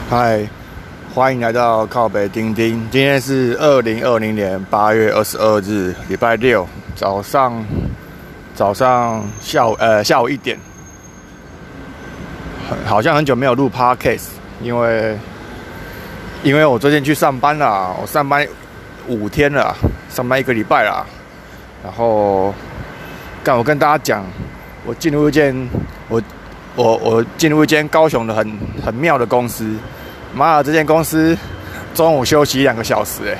嗨，欢迎来到靠北丁丁。今天是2020年8月22日，礼拜六早上下午1点，好像很久没有录 podcast，因为我最近去上班啦，我上班5天了，上班1个礼拜啦。然后，我跟大家讲，我进入一间高雄的很妙的公司。妈的，这间公司中午休息2个小时，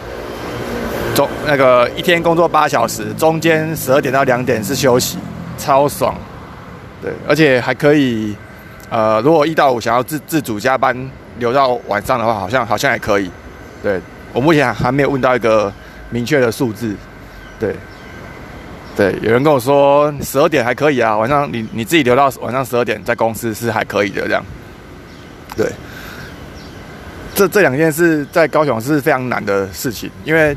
一天工作8小时，中間12點到2點是休息，超爽。对，而且还可以，如果1到5想要自主加班留到晚上的话，好像也可以。对，我目前还没有问到一个明确的数字。对，有人跟我说12點还可以啊，晚上你自己留到晚上12點在公司是还可以的这样。对。这2件事在高雄是非常难的事情，因为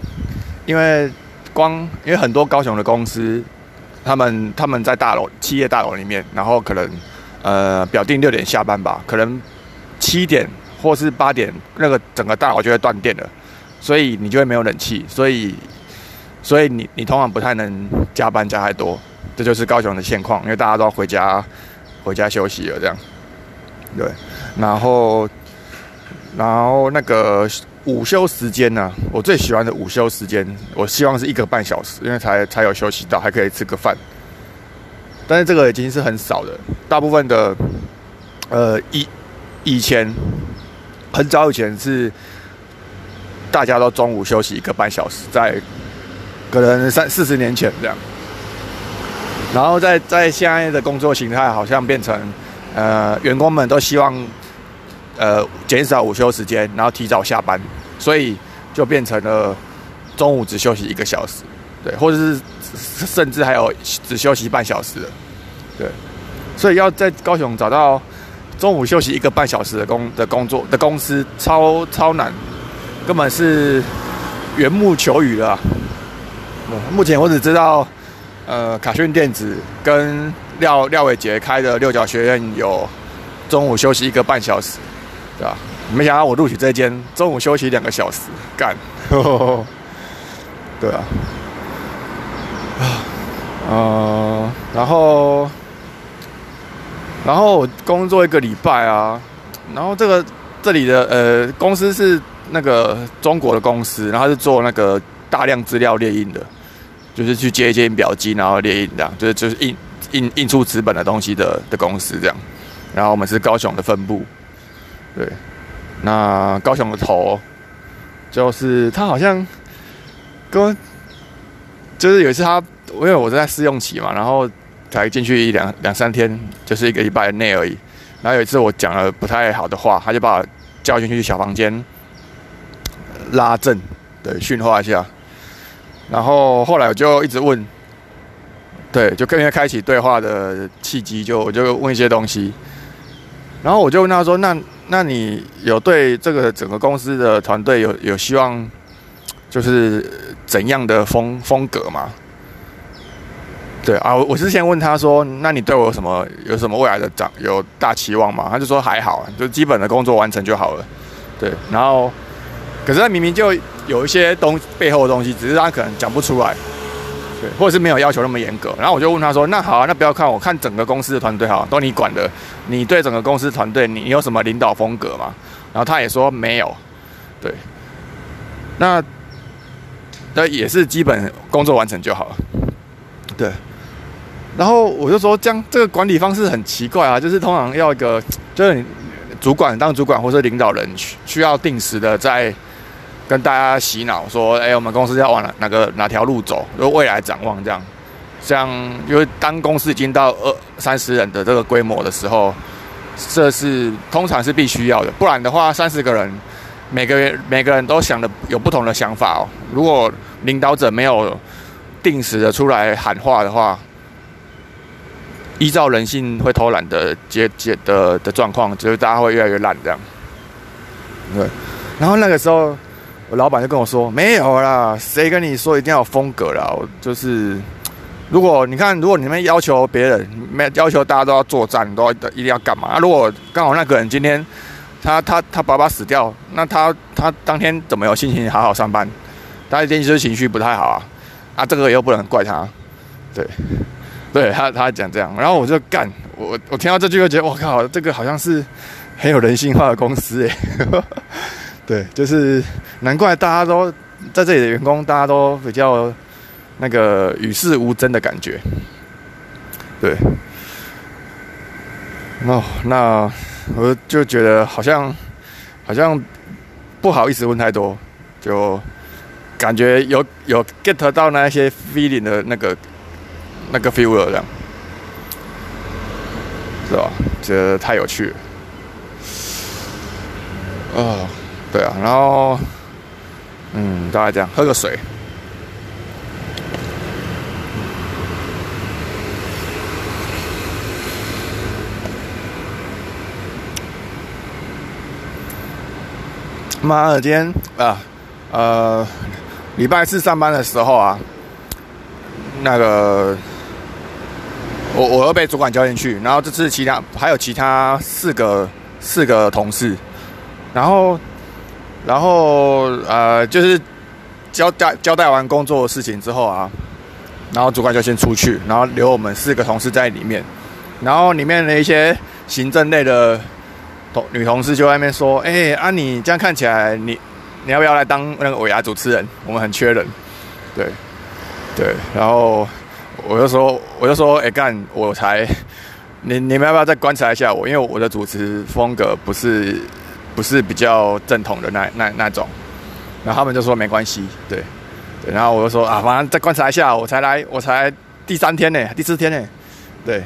很多高雄的公司，他们在企业大楼里面，然后可能表定6點下班吧，可能7點或是8點，那个整个大楼就会断电了，所以你就会没有冷气，所以你通常不太能加班加太多，这就是高雄的现况，因为大家都要回家休息了这样。对，然后那个午休时间呢，我最喜欢的午休时间，我希望是1个半小时，因为才有休息到，还可以吃个饭。但是这个已经是很少的，大部分的以前很早以前是大家都中午休息1个半小时，在可能30-40年前这样。然后在现在的工作形态，好像变成员工们都希望减少午休时间，然后提早下班，所以就变成了中午只休息1个小时，对，或者是甚至还有只休息半小时的，对，所以要在高雄找到中午休息1个半小时的公司超难，根本是缘木求鱼了。目前我只知道卡讯电子跟廖伟杰开的六角学院有中午休息1个半小时。对吧？没想到我录取这间中午休息2个小时，干，对啊，然后我工作1个礼拜啊，然后这里的公司是那个中国的公司，然后是做那个大量资料列印的，就是去接印表机，然后列印这样，就是印出纸本的东西的公司这样，然后我们是高雄的分部。对，那高雄的头就是他好像就是有一次因为我在试用期嘛，然后才进去2-3天，就是1个礼拜内而已。然后有一次我讲了不太好的话，他就把我叫进去小房间拉正，对，训话一下。然后后来我就一直问，对，就跟他开启对话的契机，我就问一些东西。然后我就问他说：“那你有对这个整个公司的团队有希望，就是怎样的风格吗？”对啊，我是先问他说：“那你对我有什么未来的有大期望吗？”他就说：“还好，就基本的工作完成就好了。”对，然后可是他明明就有一些背后的东西，只是他可能讲不出来。对，或者是没有要求那么严格，然后我就问他说：“那好啊，那不要看我，看整个公司的团队好，都你管的。你对整个公司团队，你有什么领导风格吗？”然后他也说没有。对，那也是基本工作完成就好了。对，然后我就说这个管理方式很奇怪啊，就是通常要一个，就是你当主管或是领导人需要定时的在跟大家洗脑说，我们公司要往哪条路走，就未来展望这样。像因为当公司已经到20-30人的这个规模的时候，这是通常是必须要的，不然的话30个人每个人都想的有不同的想法哦。如果领导者没有定时的出来喊话的话，依照人性会偷懒的状况，就是大家会越来越烂这样。对，然后那个时候我老板就跟我说：“没有啦，谁跟你说一定要有风格啦？就是如果你们要求别人，要求大家都要作战，一定要干嘛？如果刚好那个人今天他爸爸死掉，那他当天怎么有心情好好上班？他一定就是情绪不太好啊，这个又不能怪他，对他讲这样，然后我就干，我听到这句就觉得我靠，这个好像是很有人性化的公司对，就是难怪大家都在这里的员工，大家都比较那个与世无争的感觉，对。那我就觉得好像不好意思问太多，就感觉有 get 到那些 feeling 的那个 feel 了，这样是吧？觉得太有趣了。对啊，然后大概这样，喝个水。妈的，今天礼拜四上班的时候啊，那个我又被主管叫进去，然后这次还有其他四个同事，然后就是交代完工作的事情之后啊，然后主管就先出去，然后留我们4个同事在里面，然后里面的一些行政类的女同事就在那边说：“你这样看起来，你要不要来当那个尾牙主持人？我们很缺人。”对，然后我就说，干，你们要不要再观察一下我？因为我的主持风格不是比较正统的那种。然后他们就说没关系，对，然后我就说反正再观察一下，我才第3天呢，第4天呢，对。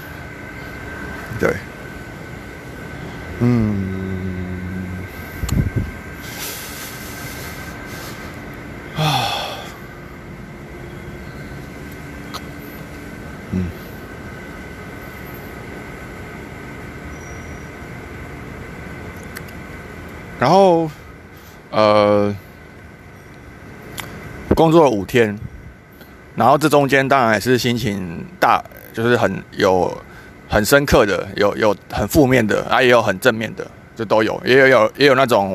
然后工作了5天，然后这中间当然也是心情就是很深刻的，有很负面的也有很正面的，就都有，也有那种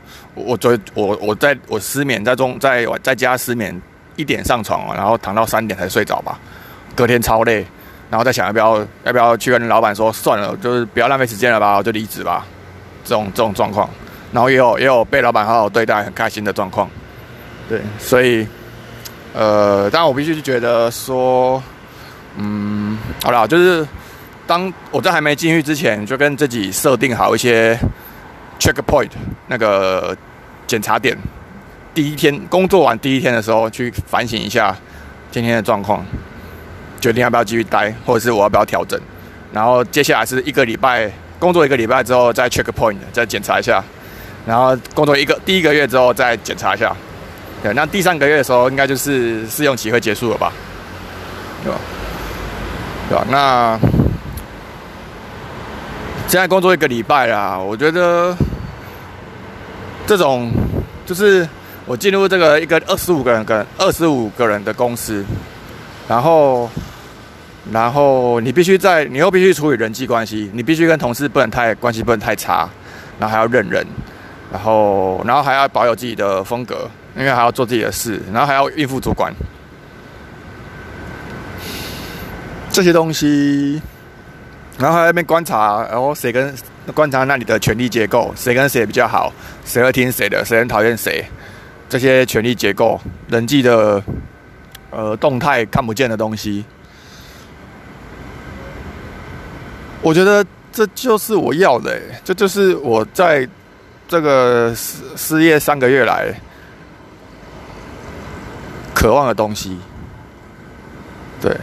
我失眠在家失眠1点上床，然后躺到3点才睡着吧，隔天超累，然后再想要不要去跟老板说算了，就是不要浪费时间了吧，我就离职吧，这种状况，然后也有被老板好好对待很开心的状况，对，所以当然我必须觉得说，好啦，就是当我在还没进去之前，就跟自己设定好一些 checkpoint 那个检查点。第一天工作完第1天的时候，去反省一下今天的状况，决定要不要继续待，或者是我要不要调整。然后接下来是工作1个礼拜之后再 checkpoint 再检查一下，然后工作第1个月之后再检查一下。对，那第3个月的时候，应该就是试用期会结束了吧？对吧？那现在工作1个礼拜啦，我觉得这种就是我进入这个一个25个人的公司，然后你又必须处理人际关系，你必须跟同事关系不能太差，然后还要认人，然后还要保有自己的风格，因为还要做自己的事，然后还要应付主管，这些东西。然后还在那边观察，然后观察那里的权力结构，谁跟谁比较好，谁会听谁的，谁很讨厌谁，这些权力结构、人际的动态看不见的东西，我觉得这就是我要的，这就是我在这个失业3个月来渴望的东西，对。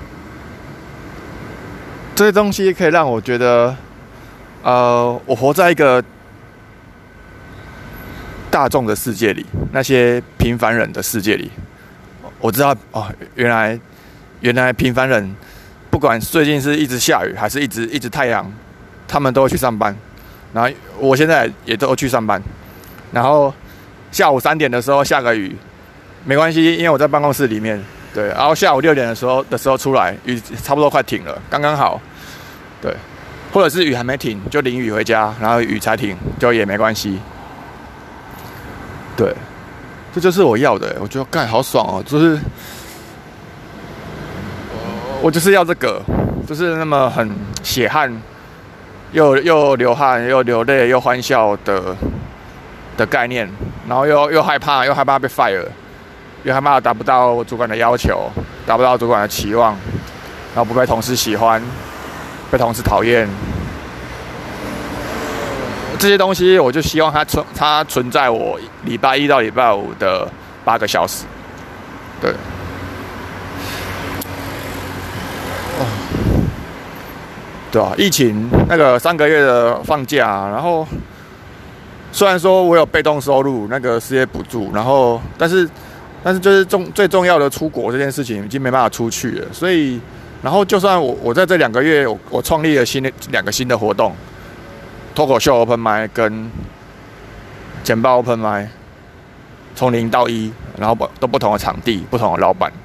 这些东西可以让我觉得，我活在一个大众的世界里，那些平凡人的世界里。我知道原来平凡人，不管最近是一直下雨还是一直太阳，他们都会去上班。然后我现在也都去上班。然后下午3点的时候下个雨，没关系，因为我在办公室里面。对，然后下午6点的时候出来，雨差不多快停了，刚刚好。对， 或者是雨还没停就淋雨回家，然后雨才停就也没关系。对，这就是我要的。我觉得干好爽哦，就是我就是要这个，就是那么很血汗，又流汗又流泪又欢笑的概念，然后又害怕被 fire， 又害怕达不到主管的要求，达不到主管的期望，然后不被同事喜欢，被同事讨厌。这些东西，我就希望它存在我礼拜一到礼拜五的8个小时，对，对啊，疫情那个3个月的放假，然后虽然说我有被动收入那个失业补助，然后但是就是最重要的出国这件事情已经没办法出去了，所以然后就算我在这2个月我创立了2个新的活动。脱口秀 Open Mic 跟简报 Open Mic， 从0到1，然后都不同的场地、不同的老板。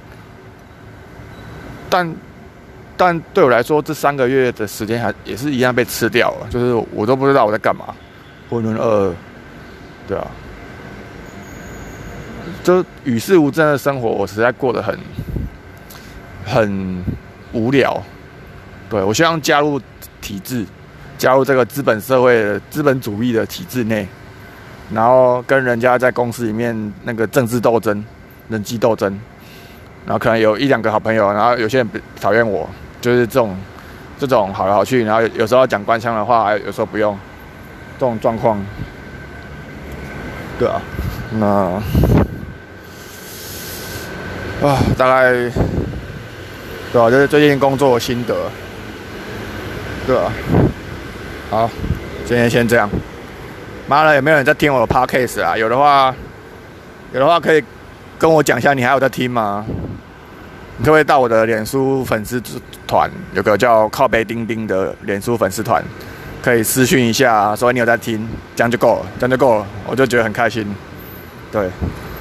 但对我来说，这3个月的时间也是一样被吃掉了，就是我都不知道我在干嘛，浑浑噩噩，对啊，就与世无争的生活，我实在过得很无聊。对，我希望加入体制。加入这个资本社会的资本主义的体制内，然后跟人家在公司里面那个政治斗争、人际斗争，然后可能有1、2个好朋友，然后有些人讨厌我，就是这种好来好去，然后有时候讲官腔的话，有时候不用，这种状况，对啊，那大概对啊，就是最近工作的心得，对啊。好，今天先这样。妈了，有没有人在听我的 podcast 啊？有的话可以跟我讲一下，你还有在听吗？你可不可以到我的脸书粉丝团，有个叫靠北丁丁的脸书粉丝团，可以私讯一下，说你有在听，这样就够了，我就觉得很开心。对。